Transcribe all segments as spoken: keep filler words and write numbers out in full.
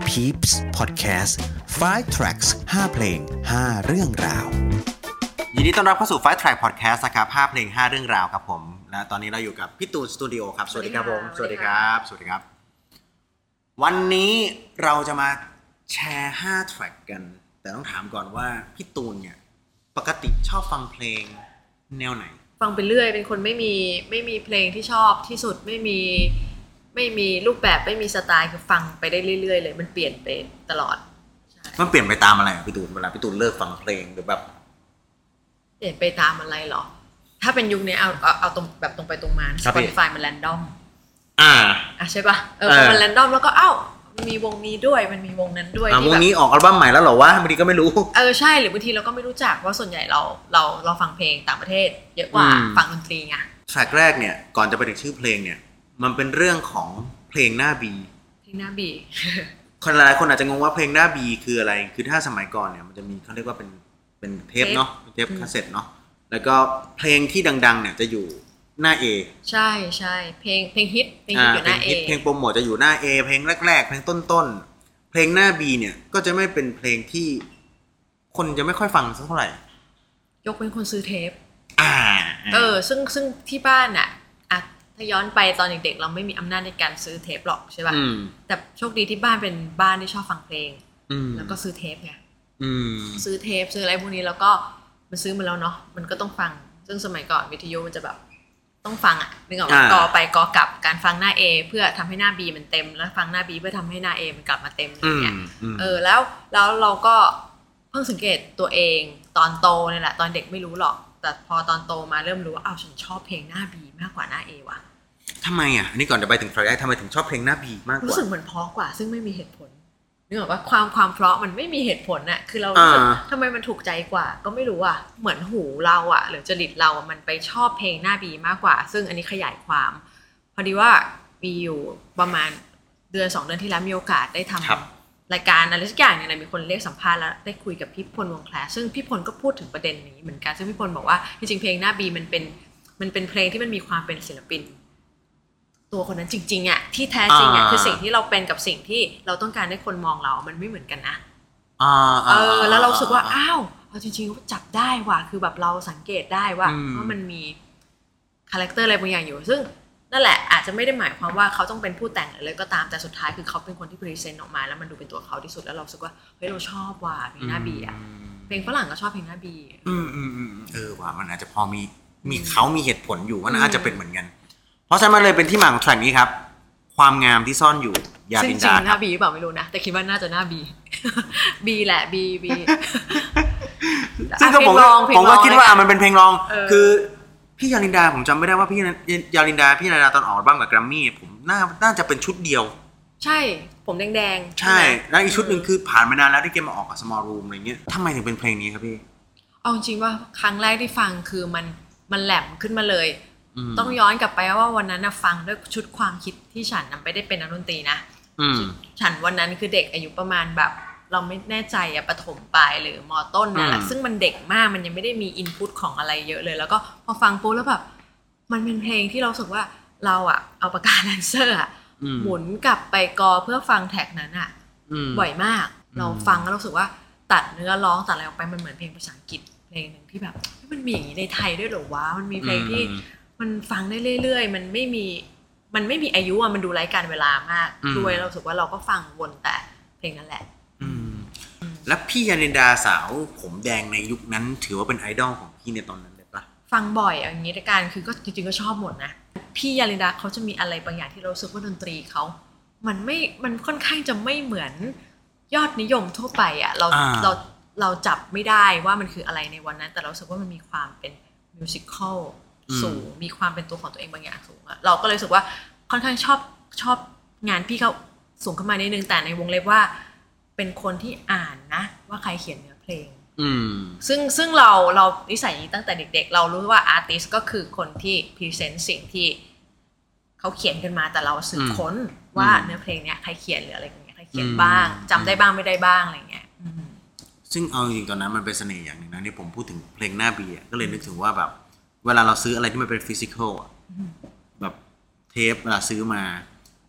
Peeps Podcast ไฟว์ Tracks ห้าเพลงห้าเรื่องราวยินดีต้อนรับเข้าสู่ ไฟว์ Track Podcast นะครับห้าเพลงห้าเรื่องราวครับผมและตอนนี้เราอยู่กับพี่ตูนสตูดิโอครับสวัสดีครับผมสวัสดีครับสวัสดีครับวันนี้เราจะมาแชร์ห้า track กันแต่ต้องถามก่อนว่าพี่ตูนเนี่ยปกติชอบฟังเพลงแนวไหนฟังไปเรื่อยเป็นคนไม่มีไม่มีเพลงที่ชอบที่สุดไม่มีไม่มีรูปแบบไม่มีสไตล์คือฟังไปได้เรื่อยๆเลยมันเปลี่ยนไปตลอดมันเปลี่ยนไปตามอะไรพี่ตูนเวลาพี่ตูนเลิกฟังเพลงหรือแบบเปลี่ยนไปตามอะไรหรอถ้าเป็นยุคนี้เอาเอาเอาตรงแบบตรงไปตรงมา Spotify มันแรนดอมอ่าอ่ะใช่ป่ะเออพอมันแรนดอมแล้วก็เอ้ามีวงนี้ด้วยมันมีวงนั้นด้วยที่แบบวงนี้ออกอัลบั้มใหม่แล้วเหรอวะบางทีก็ไม่รู้เออใช่หรือบางทีเราก็ไม่รู้จักว่าส่วนใหญ่เราเราเราฟังเพลงต่างประเทศเยอะกว่าฟังดนตรีไงแทร็กแรกเนี่ยก่อนจะไปถึงชื่อเพลงเนี่ยมันเป็นเรื่องของเพลงหน้าบีเพลงหน้าบีคนหลายคนอาจจะงงว่าเพลงหน้าบีคืออะไรคือถ้าสมัยก่อนเนี่ยมันจะมีเขาเรียกว่าเป็นเป็นเทปเนาะเทปคาสเซ็ตเนาะแล้วก็เพลงที่ดังๆเนี่ยจะอยู่หน้า A ใช่ใช่เพลงเพลงฮิตเพลงฮิตอยู่หน้า A เพลงโปรโมทจะอยู่หน้า A เพลงแรกๆเพลงต้นๆเพลงหน้า B เนี่ยก็จะไม่เป็นเพลงที่คนจะไม่ค่อยฟังสักเท่าไหร่ยกเป็นคนซื้อเทปอ่าเออซึ่งซึ่งที่บ้านอ่ะอ่ะถ้าย้อนไปตอนเด็กๆเราไม่มีอำนาจในการซื้อเทปหรอกใช่ป่ะแต่โชคดีที่บ้านเป็นบ้านที่ชอบฟังเพลงแล้วก็ซื้อเทปไงซื้อเทปซื้ออะไรพวกนี้แล้วก็มันซื้อมาแล้วเนาะมันก็ต้องฟังซึ่งสมัยก่อนวิทยุมันจะแบบต้องฟังอ่ะนึกออกว่ากอไปกอกลับการฟังหน้า A เพื่อทำให้หน้า B มันเต็มแล้วฟังหน้า B เพื่อทำให้หน้า A มันกลับมาเต็มอย่างเงี้ยเออแล้วแล้วเราก็เพิ่งสังเกตตัวเองตอนโตนี่แหละตอนเด็กไม่รู้หรอกแต่พอตอนโตมาเริ่มรู้ว่าอ้าวฉันชอบเพลงหน้า B มากกว่าหน้า A ว่ะทำไมอ่ะอันนี้ก่อนจะไปถึง track แรกทำไมถึงชอบเพลงหน้า B มากกว่ารู้สึกเหมือนเพราะกว่าซึ่งไม่มีเหตุผลนึกออกว่าความความเพราะมันไม่มีเหตุผลน่ะคือเรารู้สึกทำไมมันถูกใจกว่าก็ไม่รู้อ่ะเหมือนหูเราอ่ะหรือจริตเรามันไปชอบเพลงหน้า B มากกว่าซึ่งอันนี้ขยายความพอดีว่ามีอยู่ประมาณเดือนสองเดือนที่แล้วมีโอกาสได้ทำรายการอะไรสักอย่างเนี่ยมีคนเรียกสัมภาษณ์แล้วได้คุยกับพี่พลวงแคลซึ่งพี่พลก็พูดถึงประเด็นนี้เหมือนกันซึ่งพี่พลบอกว่าจริงๆเพลงหน้า B มันเป็นมันเป็นเพลงที่มันมีความเป็นศิลปินตัวคนนั้นจริงๆอ่ะที่แท้จริงอ่ะคือสิ่งที่เราเป็นกับสิ่งที่เราต้องการให้คนมองเรามันไม่เหมือนกันนะเออแล้วเราสึกว่าอ้าวเอาจริงๆจับได้ว่ะคือแบบเราสังเกตได้ว่าว่ามันมีคาแรคเตอร์อะไรบางอย่างอยู่ซึ่งนั่นแหละอาจจะไม่ได้หมายความว่าเขาต้องเป็นผู้แต่งอะไรก็ตามแต่สุดท้ายคือเขาเป็นคนที่พรีเซนต์ออกมาแล้วมันดูเป็นตัวเขาที่สุดแล้วเราสึกว่าเฮ้ยเราชอบว่ะเพลงหน้าบีอ่ะเพลงฝรั่งก็ชอบเพลงหน้าบีอืมอืมอืมเออว่ะมันอาจจะพอมีมีเขามีเหตุผลอยู่ว่าน่าจะเป็นเหมือนกันเพราะฉะนั้นมันเลยเป็นที่มาของแทร็กนี้ครับความงามที่ซ่อนอยู่ยาลินดาหน้าบีเปล่าไม่รู้นะแต่คิดว่าน่าจะหน้าบีบีแหละบีบีซึ่งก็ผมผมก็คิดว่ามันเป็นเพลงรองคือพี่ยาลินดาผมจำไม่ได้ว่าพี่ยาลินดาพี่นาดาตอนออกบ้างกับแกรมมี่ผมน่าน่าจะเป็นชุดเดียวใช่ผมแดงๆใช่แล้วอีกชุดหนึ่งคือผ่านมานานแล้วที่แกมาออกกับ Small Room อะไรเงี้ยทำไมถึงเป็นเพลงนี้ครับพี่เอาจริงว่าครั้งแรกที่ฟังคือมันมันแหลมขึ้นมาเลยต้องย้อนกลับไปว่าวันนั้นฟังด้วยชุดความคิดที่ฉันนำไปได้เป็นนักดนตรีนะฉันวันนั้นคือเด็กอายุประมาณแบบเราไม่แน่ใจอะประถมปลายหรือม.ต้นนั่นแหละซึ่งมันเด็กมากมันยังไม่ได้มีอินพุตของอะไรเยอะเลยแล้วก็พอฟังปุ๊บแล้วแบบมันเป็นเพลงที่เราสึกว่าเราอะเอาปากกาแดนเซอร์อะหมุนกลับไปกอเพื่อฟังแท็กนั้นอะบ่อยมากเราฟังแล้วรู้สึกว่าตัดเนื้อร้องตัดอะไรออกไปมันเหมือนเพลงภาษาอังกฤษเพลงนึงที่แบบมันมีอย่างนี้ในไทยด้วยเหรอวะมันมีเพลงที่มันฟังได้เรื่อยๆมันไม่มีมันไม่มีอายุอ่ะมันดูไร้การเวลามากด้วยเราสึกว่าเราก็ฟังวนแต่เพลงนั้นแหละแล้วพี่ยาลินดาสาวผมแดงในยุคนั้นถือว่าเป็นไอดอลของพี่ในตอนนั้นเลยปะฟังบ่อยอย่างนี้ในการคือก็จริงๆก็ชอบหมดนะพี่ยาลินดาเขาจะมีอะไรบางอย่างที่เราสึกว่าดนตรีเขามันไม่มันค่อนข้างจะไม่เหมือนยอดนิยมทั่วไปอ่ะเราเราเราจับไม่ได้ว่ามันคืออะไรในวันนั้นแต่เราสึกว่ามันมีความเป็นมิวสิคอลสูงมีความเป็นตัวของตัวเองบางอย่างสูงอะเราก็เลยรู้สึกว่าค่อนข้างชอบชอบงานพี่เขาสูงขึ้นมานิดนึงแต่ในวงเล็บว่าเป็นคนที่อ่านนะว่าใครเขียนเนื้อเพลงซึ่งซึ่งเราเรานิสัยนี้ตั้งแต่เด็กๆเรารู้ว่าอาร์ติสต์ก็คือคนที่พรีเซนต์สิ่งที่เขาเขียนกันมาแต่เราสืบค้นว่าเนื้อเพลงเนี้ยใครเขียนหรืออะไรอย่างเงี้ยใครเขียนบ้างจำได้บ้างไม่ได้บ้างอะไรเงี้ยซึ่งเอาจริงๆตอนนั้นมันเป็นเสน่ห์อย่างหนึ่งนะที่ผมพูดถึงเพลงหน้าบีก็เลยนึกถึงว่าแบบเวลาเราซื้ออะไรที่มันเป็นฟิสิคอลอ่ะแบบเทปเวลาซื้อมา ม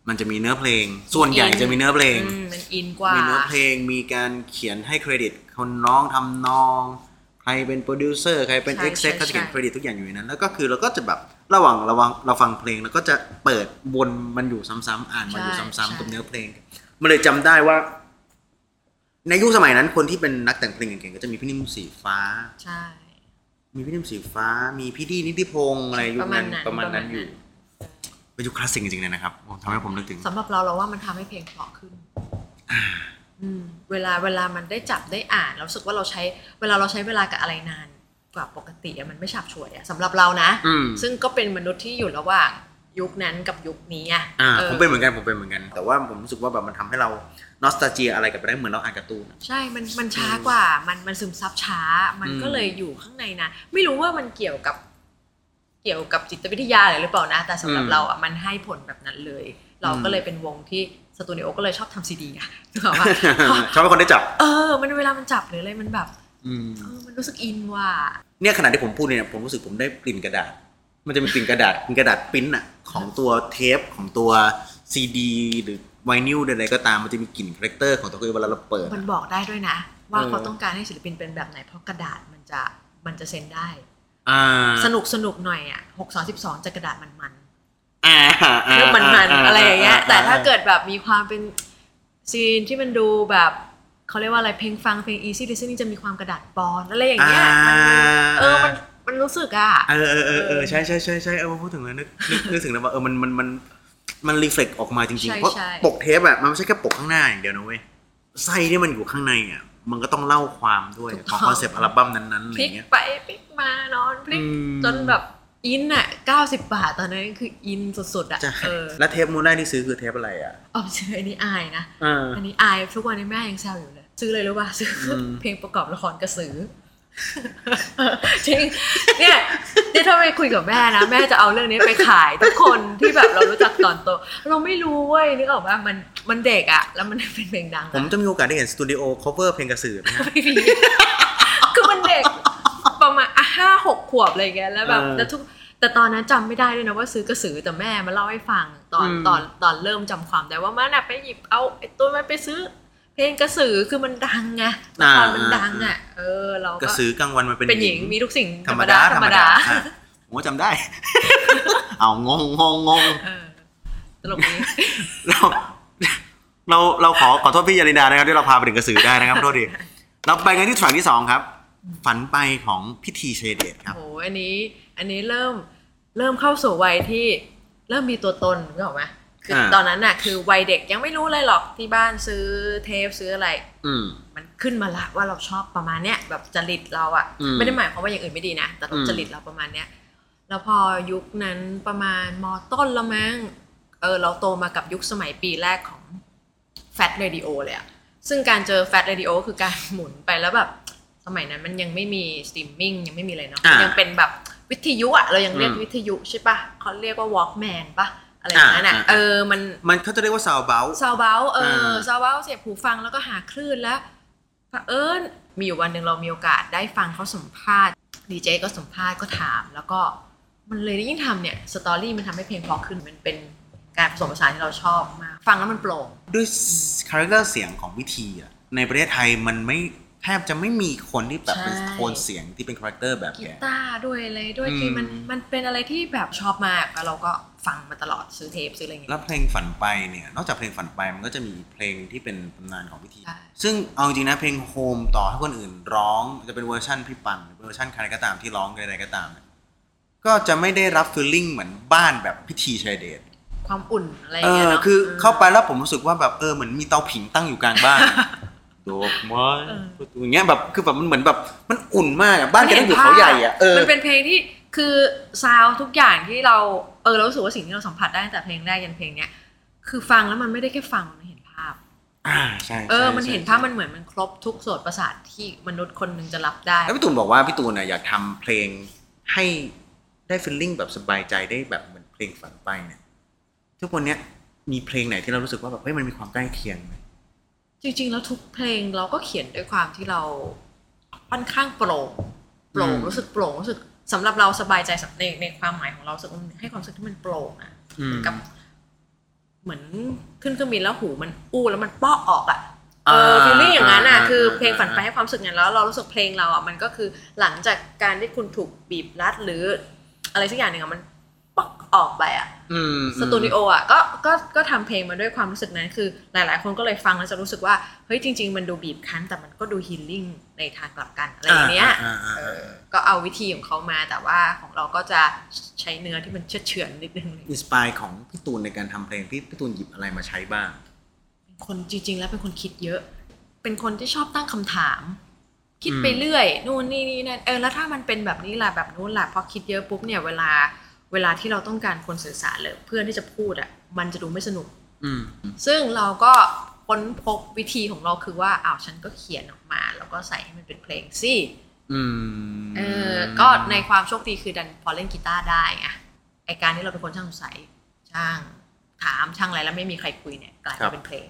มันจะมีเนื้อเพลงส่วนใหญ่จะมีเนื้อเพลงมันอินกว่ามีเนื้อเพลงมีการเขียนให้เครดิตคนน้องทำนองใครเป็นโปรดิวเซอร์ใครเป็นเอ็กเซคเขาจะเขียนเครดิตทุกอย่างอยู่ในนั้นแล้วก็คือเราก็จะแบบระหว่างระหว่างเราฟังเพลงแล้วก็จะเปิดวนมันอยู่ซ้ำๆอ่านมันอยู่ซ้ำๆกับเนื้อเพลงมันเลยจำได้ว่าในยุคสมัยนั้นคนที่เป็นนักแต่งเพลงเก่งๆก็จะมีพี่นิ่มสีฟ้าใช่มีพี่นิ่มสีฟ้ามีพี่ดีนิติพงษ์อะไรยุคนั้นประมาณนั้นอยู่เป็นยุคคลาสสิกจริงๆเลยนะครับทำให้ผมนึกถึงสำหรับเราเราว่ามันทำให้เพลงเพราะขึ้นเวลาเวลามันได้จับได้อ่านเราสึกว่าเราใช้เวลาเราใช้เวลากับอะไรนานกว่าปกติมันไม่ฉับฉวยสำหรับเรานะซึ่งก็เป็นมนุษย์ที่อยู่ระหว่างยุคนั้นกับยุคนี้อ่ะผมเป็นเหมือนกันผมเป็นเหมือนกันแต่ว่าผมรู้สึกว่าแบบมันทำให้เรานอสตาเจียอะไรกับไปได้เหมือนเราอ่านการ์ตูนใช่มันมันช้ากว่ามันมันซึมซับช้ามันก็เลยอยู่ข้างในนะไม่รู้ว่ามันเกี่ยวกับเกี่ยวกับจิตวิทยาหรือเปล่านะแต่สำหรับเราอ่ะมันให้ผลแบบนั้นเลยเราก็เลยเป็นวงที่สตูดิโอก็เลยชอบทำซีดีอ่ะถูกป่ะชอบให้คนได้จับเออมันเวลามันจับหรืออะไรมันแบบเออมันรู้สึกอินว่ะเนี่ยขณะที่ผมพูดเนี่ยผมรู้สึกผมได้กลิ่นกระดาษมันจะมีกลิ่นกระดาษกลิ่นกระดาษปริ้นอ่ะของตัวเทปของตัวซีดีหรือไวนิลใดๆก็ตามมันจะมีกลิ่นคาแรคเตอร์ของตัวเวลาเราเปิดมันบอกได้ด้วยนะว่าเขาต้องการให้ศิลปินเป็นแบบไหนเพราะกระดาษมันจะมันจะเซ็นได้สนุกสนุกหน่อยอ่ะหกสองสิบสองจะกระดาษมันมันเรื่องมันมันอะไรอย่างเงี้ยแต่ถ้าเกิดแบบมีความเป็นซีนที่มันดูแบบเขาเรียกว่าอะไรเพลงฟังเพลง easy listening จะมีความกระดาษปอนอะไรอย่างเงี้ยมันเออมันมันรู้สึกอ่ะเออเออเออเออใช่ใช่ใช่ใช่เออพูดถึงแล้วนึกนึกถึงแล้วว่าเออมันมันมันมันรีเฟล็กออกมาจริงๆเพราะปกเทปอะมันไม่ใช่แค่ปกข้างหน้าอย่างเดียวนะเว้ยไส้ที่มันอยู่ข้างในอะมันก็ต้องเล่าความด้วยของคอนเซปต์อัลบั้มนั้นๆอะไรเงี้ยพลิกไปพลิกมานอนพลิกจนแบบอินอ่ะเก้าสิบบาทตอนนั้นคืออินสุดๆอ่ะเออแล้วเทปมูนได้ที่ซื้อคือเทปอะไรอ่ะอ๋อซื้ออันนี้อายนะอันนี้อายทุกวันนี้แม่ยังแซวอยู่เลยซื้อเลยรู้ป่ะซื้อเพลงประกอบละครกระสือจริงเนี่ยเนี่ยถ้าไปคุยกับแม่นะแม่จะเอาเรื่องนี้ไปขายทุกคนที่แบบเรารู้จักตอนโตเราไม่รู้เว้ยนึกออกว่ามันมันเด็กอ่ะแล้วมันเป็นเพลงดังผมจะมีโอกาสได้เห็นสตูดิโอ cover เพลงกระสือนะไม่มีคือมันเด็กประมาณห้าหกขวบอะไรเงี้ยแล้วแบบแล้วทุกแต่ตอนนั้นจำไม่ได้ด้วยนะว่าซื้อกระสือแต่แม่มาเล่าให้ฟังตอนตอนตอนเริ่มจำความได้ว่ามันน่ะไปหยิบเอาไอ้ตัวมันไปซื้อเพลงกระสือคือมันดังไงตอนมันดังอ่ะเออเราก็กระสือกลางวันมันเป็นหญิงมีทุกสิ่งธรรมดาธรรมดาผมก็จำได้เอางงงงงงตลกนี้เราเราเราขอขอโทษพี่ยาลิดานะครับที่เราพาไปถึงกระสือได้นะครับโทษทีเราไปกันที่แทร็กที่สองครับฝันไปของพิธีชัยเดชครับโอ้อันนี้อันนี้เริ่มเริ่มเข้าสู่วัยที่เริ่มมีตัวตนรู้ไหมคือตอนนั้นน่ะคือวัยเด็กยังไม่รู้เลยหรอกที่บ้านซื้อเทปซื้ออะไรมันขึ้นมาละว่าเราชอบประมาณเนี้ยแบบจริตเราอ่ะไม่ได้หมายความว่าอย่างอื่นไม่ดีนะแต่เราจริตเราประมาณเนี้ยแล้วพอยุคนั้นประมาณม.ต้นแล้วมั้งเออเราโตมากับยุคสมัยปีแรกของ Fat Radio เลยอ่ะซึ่งการเจอ Fat Radio คือการหมุนไปแล้วแบบสมัยนั้นมันยังไม่มีสตรีมมิ่งยังไม่มีอะไรเนาะยังเป็นแบบวิทยุอ่ะเรายังเรียกวิทยุใช่ปะเขาเรียกว่า Walkman ปะอะไรอย่างนั้นอ่ะเออมันมันเขาจะเรียกว่า sound bowl sound bowl เออ sound bowl เสียบหูฟังแล้วก็หาคลื่นแล้วเออมีอยู่วันนึงเรามีโอกาสได้ฟังเขาสัมภาษณ์ดีเจก็สัมภาษณ์ก็ถามแล้วก็มันเลยยิ่งทำเนี่ยสตอรี่มันทำให้เพลงเพราะขึ้นมันเป็นการผสมผสานที่เราชอบมากฟังแล้วมันโปร่งด้วยคาแรคเตอร์เสียงของวิธีอ่ะในประเทศไทยมันไม่แทบจะไม่มีคนที่แบบเป็นโทนเสียงที่เป็นคาแรคเตอร์แบบแกกีตาร์ด้วยอะไรด้วยคือมันมันเป็นอะไรที่แบบชอบมากแล้วเราก็ฟังมาตลอดซื้อเทปซื้ออะไรอย่างเงี้ยแล้วเพลงฝันไปเนี่ยนอกจากเพลงฝันไปมันก็จะมีเพลงที่เป็นตำนานของพิธีซึ่งเอาจริงนะเพลงโฮมต่อให้คนอื่นร้องจะเป็นเวอร์ชั่นพี่ปันหรือเวอร์ชั่นใครก็ตามที่ร้องอะไรก็ตามก็จะไม่ได้รับฟีลลิ่งเหมือนบ้านแบบพิธีชัยเดชความอุ่นอะไรอย่างเงี้ยเนาะคือเข้าไปแล้วผมรู้สึกว่าแบบเออเหมือนมีเตาผิงตั้งอยู่กลางบ้านดอกไม้อย่างเงี้ยแบบคือแบบมันเหมือนแบบมันอุ่นมากอ่ะบ้านแกต้องอยู่เขาใหญ่อ่ะเออมันเป็นเพลงที่คือซาวทุกอย่างที่เราเออเรารู้สึกว่าสิ่งที่เราสัมผัสได้ตั้งแต่เพลงแรกยันเพลงเนี้ยคือฟังแล้วมันไม่ได้แค่ฟังมันเห็นภาพอ่าใช่เออมันเห็นภาพมันเหมือนมันครบทุกโสตประสาทที่มนุษย์คนนึงจะรับได้แล้วพี่ตูนบอกว่าพี่ตูนน่ะอยากทำเพลงให้ได้ฟีลลิ่งแบบสบายใจได้แบบเหมือนเพลงฝันไปเนี่ยทุกวันเนี้ยมีเพลงไหนที่เรารู้สึกว่าแบบเฮ้ยมันมีความใกล้เคียงไหมจริงๆแล้วทุกเพลงเราก็เขียนด้วยความที่เราค่อนข้างโปร่งโปร่งรู้สึกโปร่งรู้สึกสำหรับเราสบายใจในในความหมายของเราสึกให้ความรู้สึกที่มันโปร่งอ่ะกับเหมือนขึ้นเครื่องบินแล้วหูมันอู้แล้วมันป้อออกอ่ะเออฟีลลิ่งอย่างนั้นอ่ะคือเพลงฝันไปให้ความรู้สึกอย่างนั้นแล้วเรารู้สึกเพลงเราอ่ะมันก็คือหลังจากการที่คุณถูกบีบรัดหรืออะไรสักอย่างหนึ่งอ่ะมันป๊อกออกไปอ่ะสตูดิโออ่ะก็ก็ก็ทำเพลงมาด้วยความรู้สึกนั้นคือหลายๆคนก็เลยฟังแล้วจะรู้สึสึกว่าเฮ้ยจริงๆมันดูบีบคั้นแต่มันก็ดูฮีลลิ่งในทางกลับกันอะไรอย่างเงี้ยก็เอาวิธีของเขามาแต่ว่าของเราก็จะใช้เนื้อที่มันเฉื่อยเฉือนนิดนึงอินสปายของพี่ตูนในการทำเพลงพี่พี่ตูนหยิบอะไรมาใช้บ้างคนจริงๆแล้วเป็นคนคิดเยอะเป็นคนที่ชอบตั้งคำถามคิดไปเรื่อยนู่นนี่นี่นั่นเออแล้วถ้ามันเป็นแบบนี้ล่ะแบบนู้นล่ะพอคิดเยอะปุ๊บเนี่ยเวลาเวลาที่เราต้องการคนสื่อสารเลยเพื่อนที่จะพูดอ่ะมันจะดูไม่สนุกซึ่งเราก็ค้นพบวิธีของเราคือว่าอ้าวฉันก็เขียนออกมาแล้วก็ใส่ให้มันเป็นเพลงสิเออก็ในความโชคดีคือดันพอเล่นกีตาร์ได้ไงไอการที่เราเป็นคนช่างสงสัยช่างถามช่างอะไรแล้วไม่มีใครคุยเนี่ยกลายเป็นเพลง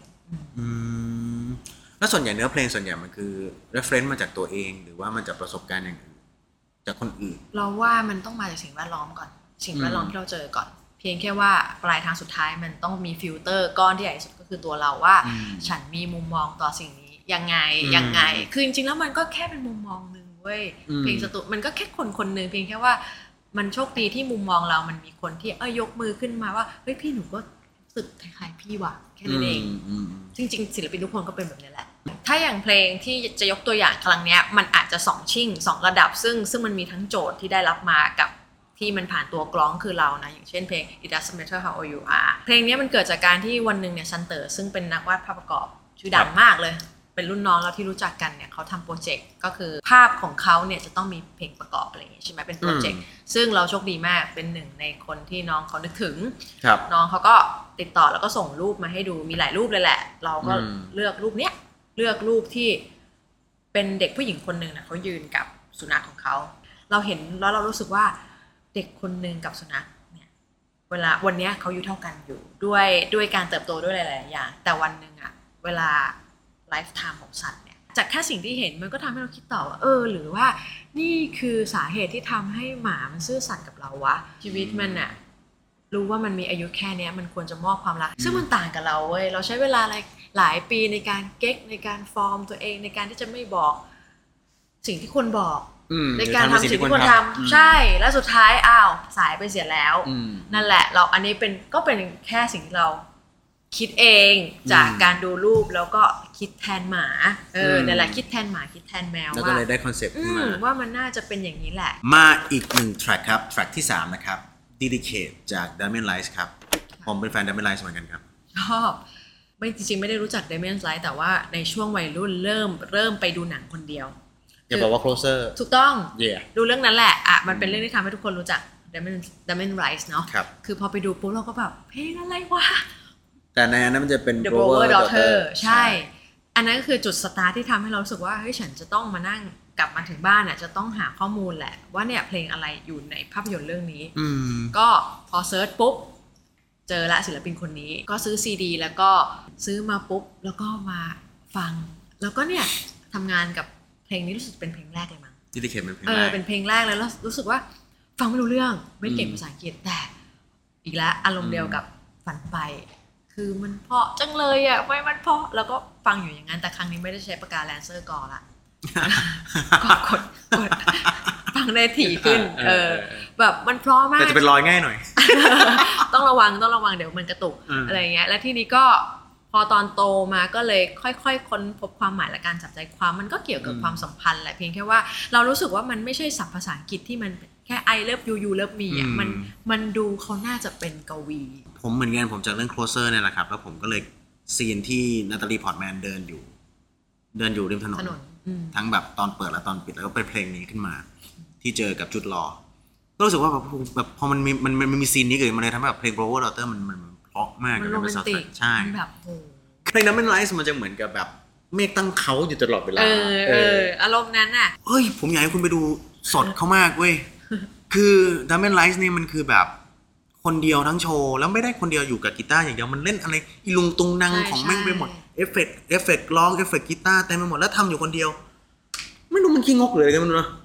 แล้วส่วนใหญ่เนื้อเพลงส่วนใหญ่มันคือ reference มาจากตัวเองหรือว่ามันจากประสบการณ์อย่างอื่นจากคนอื่นเราว่ามันต้องมาจากสิ่งแวดล้อมก่อนสิ่งแวดล้อมที่เราเจอก่อนเพียงแค่ว่าปลายทางสุดท้ายมันต้องมีฟิลเตอร์ก้อนที่ใหญ่สุดก็คือตัวเราว่าฉันมีมุมมองต่อสิ่งนี้ยังไงยังไงคือจริงๆแล้วมันก็แค่เป็นมุมมองนึงเว้ยเพลงสตูมันก็แค่คนคนนึงเพียงแค่ว่ามันโชคดีที่มุมมองเรามันมีคนที่เอ้ยยกมือขึ้นมาว่าเฮ้ยพี่หนูก็รู้สึกคล้ายๆพี่ว่ะแค่นั้นเองจริงๆศิลปินทุกคนก็เป็นแบบนี้แหละถ้าอย่างเพลงที่จะยกตัวอย่างครั้งนี้มันอาจจะสองชิ่งสองระดับซึ่งซึ่งมันมีทั้งโจทย์ที่ได้รับมากับที่มันผ่านตัวกลองคือเรานะอย่างเช่นเพลง It Doesn't Matter How Old You Are เพลงนี้มันเกิดจากการที่วันหนึ่งเนี่ยซันเตอร์ซึ่งเป็นนักวาดภาพประกอบชื่อดังมากเลยเป็นรุ่นน้องเราที่รู้จักกันเนี่ยเขาทำโปรเจกต์ก็คือภาพของเขาเนี่ยจะต้องมีเพลงประกอบอะไรอย่างเงี้ยใช่ไหมเป็นโปรเจกต์ซึ่งเราโชคดีมากเป็นหนึ่งในคนที่น้องเขานึกถึงน้องเขาก็ติดต่อแล้วก็ส่งรูปมาให้ดูมีหลายรูปเลยแหละเราก็เลือกรูปเนี้ยเลือกรูปที่เป็นเด็กผู้หญิงคนหนึ่งนะเขายืนกับสุนัขของเขาเราเห็นแล้วเรารู้สึกว่าเด็กคนหนึ่งกับสุนัขเนี่ยเวลาวันนี้เขาอายุเท่ากันอยู่ด้วยด้วยการเติบโตด้วยหลายๆอย่างแต่วันหนึ่งอะเวลาไลฟ์ไทม์ของสัตว์เนี่ยจากแค่สิ่งที่เห็นมันก็ทำให้เราคิดต่อว่าเออหรือว่านี่คือสาเหตุที่ทำให้หมามันซื่อสัตย์กับเราวะชีวิตมันอะรู้ว่ามันมีอายุแค่นี้มันควรจะมอบความรักซึ่งมันต่างกับเราเว้ยเราใช้เวลาอะไรหลายปีในการเก๊กในการฟอร์มตัวเองในการที่จะไม่บอกสิ่งที่ควรบอกในการทำสิ่งที่ควรทำใช่แล้วสุดท้ายอ้าวสายไปเสียแล้วนั่นแหละเราอันนี้เป็นก็เป็นแค่สิ่งที่เราคิดเองจากการดูรูปแล้วก็คิดแทนหมาเออนั่นแหละคิดแทนหมาคิดแทนแมวแล้วก็เลยได้คอนเซ็ปต์มาว่ามันน่าจะเป็นอย่างนี้แหละมาอีกหนึ่งแทร็กครับแทร็กที่สามนะครับ Dedicate จาก Diamond Lights ครับผมเป็นแฟน Diamond Lights เหมือนกันครับชอบไม่จริงๆไม่ได้รู้จัก Diamond Lights แต่ว่าในช่วงวัยรุ่นเริ่มเริ่มไปดูหนังคนเดียวอย่าบอกว่า Closer ถูกต้อง yeah. ดูเรื่องนั้นแหละอ่ะมันเป็นเรื่องที่ทำให้ทุกคนรู้จัก Diamond Diamond Lights เนาะครับคือพอไปดูปุ๊บเราก็แบบเพลงอะไรวะแต่ในอันนั้นมันจะเป็น The Grover Daughter ใช่อันนั้นก็คือจุดสตาร์ทที่ทำให้เรารู้สึกว่าเฮ้ยฉันจะต้องมานั่งกลับมาถึงบ้านน่ะจะต้องหาข้อมูลแหละว่าเนี่ยเพลงอะไรอยู่ในภาพยนตร์เรื่องนี้ก็พอเซิร์ชปุ๊บเจอละศิลปินคนนี้ก็ซื้อซีดีแล้วก็ซื้อมาปุ๊บแล้วก็มาฟังแล้วก็เนี่ยทำงานกับเพลงนี้รู้สึกเป็นเพลงแรกเลยมั้ง Dedicate เป็นเพลงแรกเออเป็นเพลงแรกเลยแล้วรู้สึกว่าฟังไม่รู้เรื่องไม่เก่งภาษาอังกฤษแต่อีกแล้วอารมณ์เดียวกับฝันไปคือมันเพราะจังเลยอ่ะไม่มันเพราะแล้วก็ฟังอยู่อย่างนั้นแต่ครั้งนี้ไม่ได้ใช้ปากกาแลนเซอร์กอละก็กดกดฟังได้ถี่ขึ้นเออแบบมันเพราะมากแต่จะเป็นรอยง่ายหน่อยต้องระวังต้องระวังเดี๋ยวมันกระตุกอะไรเงี้ยแล้วที่นี้ก็พอตอนโตมาก็เลยค่อยๆค้นพบความหมายและการจับใจความมันก็เกี่ยวกับความสัมพันธ์แหละเพียงแค่ว่าเรารู้สึกว่ามันไม่ใช่ศัพท์ภาษาอังกฤษที่มันแค่ I love you you love me อ่ะมันมันดูเขาน่าจะเป็นกวีผมเหมือนกันผมจากเรื่อง Closer เนี่ยแหละครับแล้วผมก็เลยซีนที่นาตาลีพอร์ตแมนเดินอยู่เดินอยู่ริมถนนทั้งแบบตอนเปิดและตอนปิดแล้วก็เป็นเพลงนี้ขึ้นมาที่เจอกับจุดหล่อก็รู้สึกว่าแบบแบบพอมันมีมันมันมีซีนนี้เกิดมันเลยทำให้แบบเพลง Grover Daughter มันมันเพราะมากมันโรแมนติกใช่แบบโอ้เพลงนั้นมันไลฟ์มันจะเหมือนกับแบบเมฆตั้งเขาอยู่ตลอดเวลาเออเอออารมณ์นั้นน่ะเฮ้ยผมอยากให้คุณไปดูสดเขามากเว้ยคือ Diamond Lights นี่มันคือแบบคนเดียวทั้งโชว์แล้วไม่ได้คนเดียวอยู่กับกีตาร์อย่างเดียวมันเล่นอะไรอีลุงตุงนังของแม่งไปหมดเอฟเฟกต์เอฟเฟกต์ร้องเอฟเฟกต์กีตาร์เต็มไปหมดแล้วทำอยู่คนเดียวไม่รู้มันขี้งกเลยกันมันเนาะ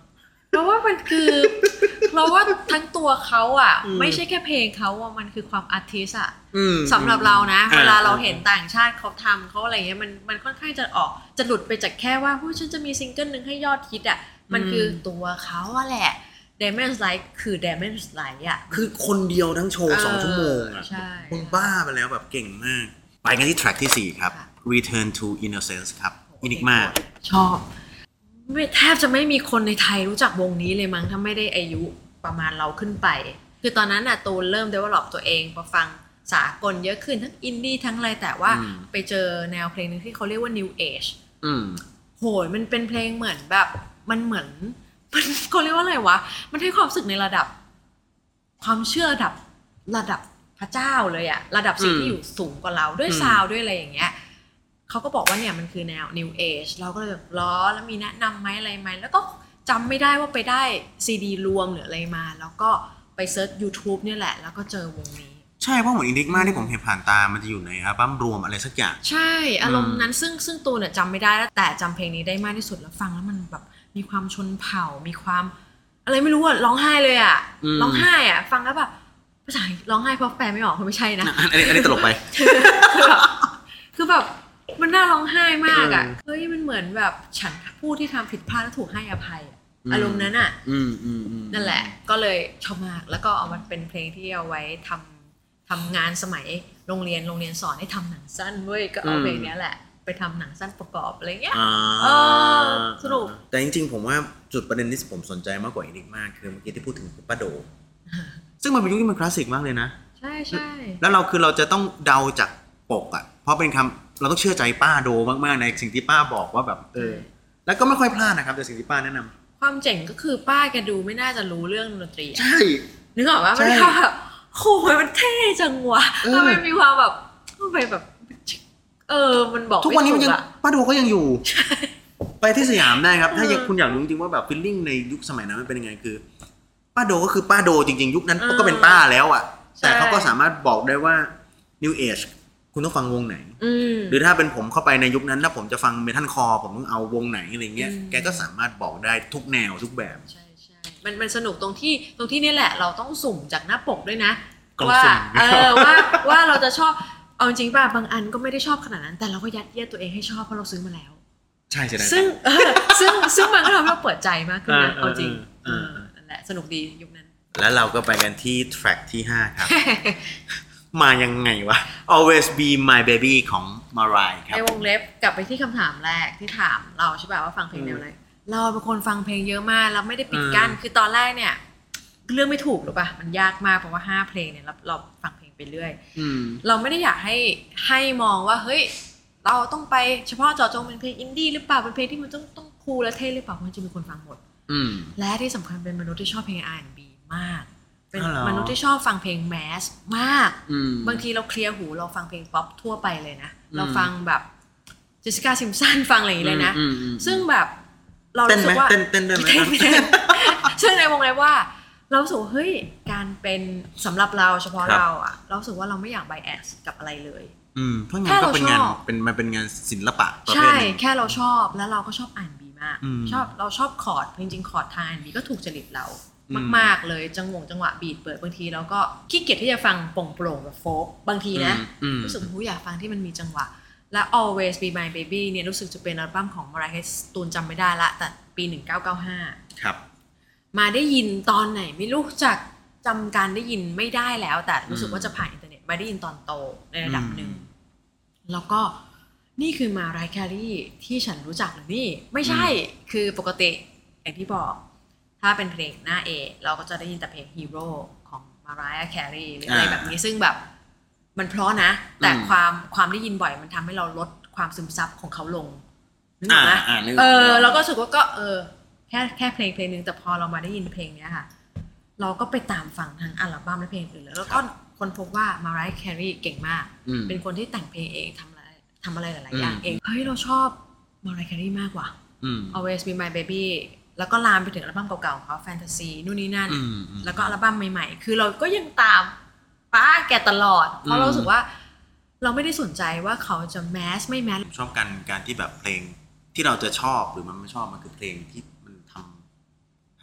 เพราะว่ามันคือเพราะว่าทั้งตัวเขาอ่ะไม่ใช่แค่เพลงเขาอ่ะมันคือความอาร์ติสต์อ่ะสำหรับเรานะเวลาเราเห็นต่างชาติเขาทำเขาอะไรเงี้ยมันมันค่อนข้างจะออกจะหลุดไปจากแค่ว่าผู้ฉันจะมีซิงเกิลนึงให้ยอดฮิตอ่ะมันคือตัวเขาอ่ะแหละ Demon's Light คือ Demon's Light อ่ะคือคนเดียวทั้งโชว์สองชั่วโมงอ่ะมึงบ้าไปแล้วแบบเก่งมากไปกันที่แทร็กที่สี่ครับ Return to Innocence ครับ Enigma ชอบไม่แทบจะไม่มีคนในไทยรู้จักวงนี้เลยมั้งถ้าไม่ได้อายุประมาณเราขึ้นไปคือตอนนั้นน่ะตูนเริ่ม develop ตัวเองพอฟังสากลเยอะขึ้นทั้งอินดี้ทั้งอะไรแต่ว่าไปเจอแนวเพลงนึงที่เขาเรียกว่า New Age โหยมันเป็นเพลงเหมือนแบบมันเหมือนมันเขาเรียกว่าอะไรวะมันให้ความรู้สึกในระดับความเชื่อระดับระดับพระเจ้าเลยอะระดับสิ่งที่อยู่สูงกว่าเราด้วยซาวด์ด้วยอะไรอย่างเงี้ยเขาก็บอกว่าเนี่ยมันคือแนว New Age เราก็เลยแบบล้อแล้วมีแนะนำไหมอะไรไหมแล้วก็จำไม่ได้ว่าไปได้ซีดีรวมหรืออะไรมาแล้วก็ไปเซิร์ช YouTube เนี่ยแหละแล้วก็เจอวงนี้ใช่เพราะเหมือน Enigma ที่ผมเห็นผ่านตามันจะอยู่ในอัลบั้มรวมอะไรสักอย่างใช่อารมณ์นั้นซึ่งซึ่งตัวเนี่ยจำไม่ได้แล้วแต่จำเพลงนี้ได้มากที่สุดแล้วฟังแล้วมันแบบมีความชนเผ่ามีความอะไรไม่รู้อะร้องไห้เลยอะร้องไห้อะฟังแล้วแบบภาษาร้องไห้เพราะแปลไม่ออกคือไม่ใช่นะอันนี้อันนี้ตลกไปคือแบบมันน่าร้องไห้มากอ่ะเฮ้ยมันเหมือนแบบฉันผู้ที่ทำผิดพลาดแล้วถูกให้อภัยอารมณ์นั้นอ่ะนั่นแหละก็เลยชอบมากแล้วก็เอามันเป็นเพลงที่เอาไว้ทำทำงานสมัยโรงเรียนโรงเรียนสอนให้ทำหนังสั้นเว้ยก็เอาเพลงนี้แหละไปทำหนังสั้นประกอบอะไรเงี้ยสนุกแต่จริงๆผมว่าจุดประเด็นที่ผมสนใจมากกว่าอีกมากคือเมื่อกี้ที่พูดถึงป้าโดซึ่งมันเป็นยุคที่มันคลาสสิกมากเลยนะใช่ใช่แล้วเราคือเราจะต้องเดาจากปกอ่ะเพราะเป็นคำเราต้องเชื่อใจป้าโดมากๆในสิ่งที่ป้าบอกว่าแบบเออแล้วก็ไม่ค่อยพลาดนะครับในสิ่งที่ป้าแนะนำความเจ๋งก็คือป้าแกดูไม่น่าจะรู้เรื่องดนตรีใช่นึกออกว่ามันแบบโอ้ยมันเท่จังวะมันมีความแบบไปแบบเออมันบอกทุกวันนี้มันยังป้าโดก็ยังอยู่ไปที่สยามได้ครับถ้าคุณอยากรู้จริงๆว่าแบบฟีลลิ่งในยุคสมัยนั้นมันเป็นยังไงคือป้าโดก็คือป้าโดจริงๆยุคนั้นก็เป็นป้าแล้วอ่ะแต่เขาก็สามารถบอกได้ว่า New Age คุณต้องฟังวงไหนหรือถ้าเป็นผมเข้าไปในยุคนั้นถ้าผมจะฟังเมทัลคอร์ผมต้องเอาวงไหนอะไรเงี้ยแกก็สามารถบอกได้ทุกแนวทุกแบบใช่ใช่มันมันสนุกตรงที่ตรงที่นี่แหละเราต้องสุ่มจากหน้าปกด้วยนะว่าเออว่าว่าเราจะชอบเอาจริงป่ะบางอันก็ไม่ได้ชอบขนาดนั้นแต่เราก็ยัดเยียดตัวเองให้ชอบเพราะเราซื้อมาแล้วใช่ใช่ซึ่งซึ่งซึ่งมันก็ทำให้เราเปิดใจมากขึ้นนะเอาจริงนั่นแหละสนุกดียุคนั้นแล้วเราก็ไปกันที่แทร็กที่ห้าครับ มายังไงวะ Always Be My Baby ของ Mariah ครับในวงเล็บกลับไปที่คำถามแรกที่ถามเราใช่ป่ะว่าฟังเพลงแนวไหนเราเป็นคนฟังเพลงเยอะมากแล้วไม่ได้ปิดกั้นคือตอนแรกเนี่ยเรื่องไม่ถูกหรือป่ะมันยากมากเพราะว่าห้าเพลงเนี่ยเราเราฟังเพลงไปเรื่อยเราไม่ได้อยากให้ให้มองว่าเฮ้ยเราต้องไปเฉพาะเจาะจงเป็นเพลงอินดี้หรือเปล่าเป็นเพลงที่มันต้องต้องคูลและเท่หรือเปล่ามันจะมีคนฟังหมดและที่สำคัญเป็นมนุษย์ที่ชอบเพลง อาร์ แอนด์ บี มากเป็นมนุษย์ที่ชอบฟังเพลงแมสมากบางทีเราเคลียร์หูเราฟังเพลงป๊อปทั่วไปเลยนะเราฟังแบบเจสสิก้าซิมสันฟังอะไรอย่างนี้เลยนะซึ่งแบบเรารู้สึกว่าเต้นเต้นได้ไหมซึ่งในวงเล็บว่าเราสึกว่าเฮ้ยการเป็นสำหรับเราเฉพาะเราอ่ะเราสึกว่าเราไม่อยากไบแอสกับอะไรเลยอืมเพราะงั้นก็เป็นงานเป็นมันเป็นงานศิลปะประเภทนึงใช่แค่เราชอบแล้วเราก็ชอบอ่านบีมากชอบเราชอบคอร์ดจริงๆคอร์ดทางอ่านบีก็ถูกจริตเรามากๆเลยจังหวะจังหวะบีทเปิดบางทีเราก็ขี้เกียจที่จะฟังโปร่งๆแบบโฟล์กบางทีนะรู้สึกว่าอยากฟังที่มันมีจังหวะและ Always Be My Baby เนี่ยรู้สึกจะเป็นอัลบั้มของ Mariah ตูนจำไม่ได้ละแต่ปีหนึ่งพันเก้าร้อยเก้าสิบห้าครับมาได้ยินตอนไหนไม่รู้จักจำการได้ยินไม่ได้แล้วแต่รู้สึกว่าจะผ่านอินเทอร์เน็ตมาได้ยินตอนโตในระดับหนึ่งแล้วก็นี่คือมาไรแครี่ที่ฉันรู้จักหรือนี่ไม่ใช่คือปกติอย่างที่บอกถ้าเป็นเพลงหน้า A เราก็จะได้ยินแต่เพลง Hero ของ Mariah Carey หรืออะไรแบบนี้ซึ่งแบบมันเพราะนะแต่ความความได้ยินบ่อยมันทำให้เราลดความซึมซับของเขาลงนึกออกไหมเออเราก็รู้สึกว่าก็เออแค่แค่เพลงเพลงนึงแต่พอเรามาได้ยินเพลงนี้ค่ะเราก็ไปตามฟังทั้งอัลบั้มและเพลงอื่นแล้วก็คนพบว่า Mariah Carey เก่งมากเป็นคนที่แต่งเพลงเองทำอะไรทำอะไรหลายๆอย่างเองเฮ้ยเราชอบ Mariah Carey มากกว่า Always Be My Baby แล้วก็ลามไปถึงอัลบั้มเก่าๆของเขาแฟนตาซีนู่นนี่นั่นแล้วก็อัลบั้มใหม่ๆคือเราก็ยังตามป้าแกตลอดเพราะเรารู้สึกว่าเราไม่ได้สนใจว่าเขาจะแมสไม่แมสชอบกันการที่แบบเพลงที่เราจะชอบหรือมันไม่ชอบมันคือเพลงที่มันทำให้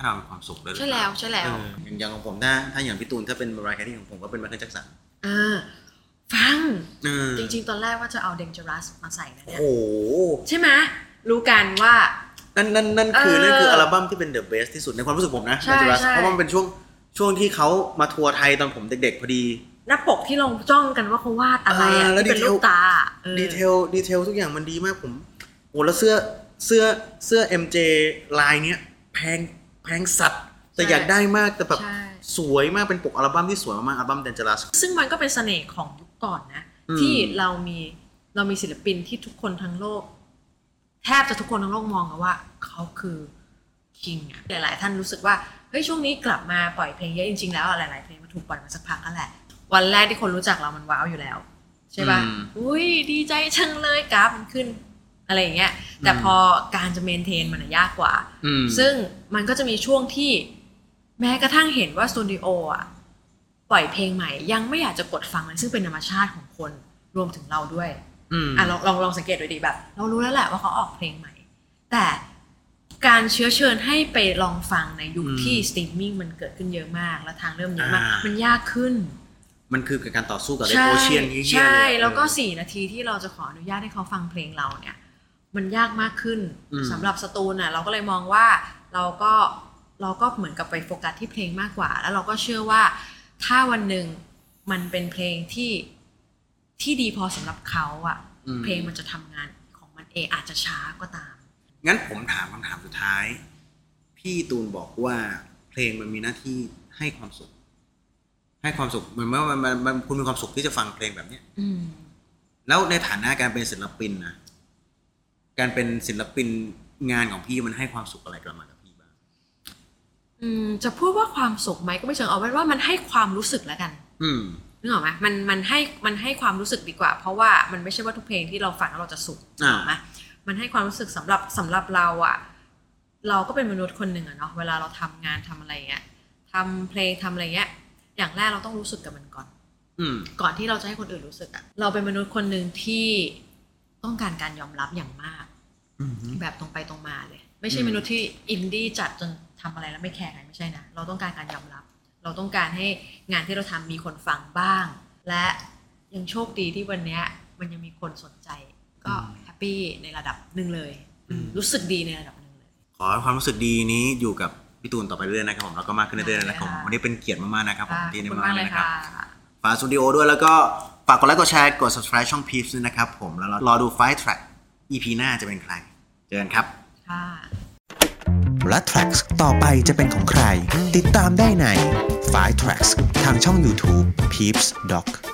ให้เรามีความสุขด้วยใช่แล้วใช่แล้วอย่างของผมถ้าถ้าอย่างพี่ตูนถ้าเป็นมารายการที่ของผมก็เป็นไมเคิลแจ็คสันอ่าฟังจริงๆตอนแรกว่าจะเอา Dangerous มาใส่นะเนี่ยโอ้ใช่ไหมรู้กันว่านั่นนั่นนั่นคือนั่นคืออัลบั้มที่เป็น The Best ที่สุดในความรู้สึกผมนะ Dangerous เพราะมันเป็นช่วงช่วงที่เขามาทัวร์ไทยตอนผมเด็กๆพอดีหน้าปกที่เราจ้องกันว่าเขาวาดอะไรอ่ะที่เป็นลูกตาดีเทลดีเทลทุกอย่างมันดีมากผมโอ้แล้วเสื้อเสื้อเสื้อ เอ็ม เจ ลายเนี้ยแพงแพงสัตว์แต่อยากได้มากแต่แบบสวยมากเป็นปกอัลบั้มที่สวยมากอัลบั้ม Dangerous ซึ่งมันก็เป็นเสน่ห์ของยุคก่อนนะที่เรามีเรามีศิลปินที่ทุกคนทั้งโลกแทบจะทุกคนทั้งโลกมองกันว่าเขาคือคิงอ่ะหลายๆท่านรู้สึกว่าเฮ้ยช่วงนี้กลับมาปล่อยเพลงเยอะจริงๆแล้วหลายๆเพลงมันถูกปล่อยมาสักพักแล้วแหละวันแรกที่คนรู้จักเรามันว้าวอยู่แล้วใช่ป่ะอุ้ยดีใจจังเลยกราฟมันขึ้นอะไรอย่างเงี้ยแต่พอการจะเมนเทนมันยากกว่าซึ่งมันก็จะมีช่วงที่แม้กระทั่งเห็นว่าสตูดิโออ่ะปล่อยเพลงใหม่ยังไม่อยากจะกดฟังเลยซึ่งเป็นธรรมชาติของคนรวมถึงเราด้วยอ่ะลองลองลองสังเกตดูดีแบบเรารู้แล้วแหละว่าเขาออกเพลงใหม่แต่การเชื้อเชิญให้ไปลองฟังในยุคที่สตรีมมิ่งมันเกิดขึ้นเยอะมากและทางเริ่มเยอะมากมันยากขึ้นมันคือการต่อสู้กับเรดโอเชียนเยอะๆใช่แล้วก็สี่นาทีที่เราจะขออนุญาตให้เขาฟังเพลงเราเนี่ยมันยากมากขึ้นสำหรับสตูนน่ะเราก็เลยมองว่าเราก็เราก็เหมือนกับไปโฟกัสที่เพลงมากกว่าแล้วเราก็เชื่อว่าถ้าวันหนึ่งมันเป็นเพลงที่ที่ดีพอสำหรับเขาอ่ะเพลงมันจะทำงานของมันเองอาจจะช้าก็ตามงั้นผมถามคำถามสุดท้ายพี่ตูนบอกว่าเพลงมันมีหน้าที่ให้ความสุขให้ความสุขเหมือนว่ามันมันมันคุณมีความสุขที่จะฟังเพลงแบบนี้แล้วในฐานะการเป็นศิลปินนะการเป็นศิลปินงานของพี่มันให้ความสุขอะไรกลับมากับพี่บ้างอืมจะพูดว่าความสุขไหมก็ไม่เชิงเอาเป็นว่ามันให้ความรู้สึกแล้วกันอืมนึกออกไหมมันมันให้มันให้ความรู้สึกดีกว่าเพราะว่ามันไม่ใช่ว่าทุกเพลงที่เราฟังแล้วเราจะสุขถูกไหมมันให้ความรู้สึกสำหรับสำหรับเราอ่ะเราก็เป็นมนุษย์คนหนึ่งอะเนาะเวลาเราทำงานทำอะไรเงี้ยทำเพลงทำอะไรเงี้ยอย่างแรกเราต้องรู้สึกกับมันก่อนก่อนที่เราจะให้คนอื่นรู้สึกอะเราเป็นมนุษย์คนหนึ่งที่ต้องการการยอมรับอย่างมากแบบตรงไปตรงมาเลยไม่ใช่มนุษย์ที่อินดี้จัดจนทำอะไรแล้วไม่แคร์ใครไม่ใช่นะเราต้องการการยอมรับเราต้องการให้งานที่เราทำมีคนฟังบ้างและยังโชคดีที่วันนี้มันยังมีคนสนใจก็แฮปปี้ในระดับหนึ่งเลยรู้สึกดีในระดับหนึ่งเลยขอความรู้สึกดีนี้อยู่กับพี่ตูนต่อไปเรื่อยๆนะครับผมแล้วก็มากขึ้นเรื่อยๆนะครับผมวันนี้เป็นเกียรติมากๆนะครับผมที่ได้มาเลยนะครับฝากสตูดิโอด้วยแล้วก็ฝากกดไลค์กดแชร์กด subscribe ช่อง Peeps ด้วยนะครับผมแล้วรอดู Five Track อี พี หน้าจะเป็นใครเจอกันครับค่ะและ Tracks ต่อไปจะเป็นของใครติดตามได้ใน Five Tracks ทางช่อง YouTube Peeps Doc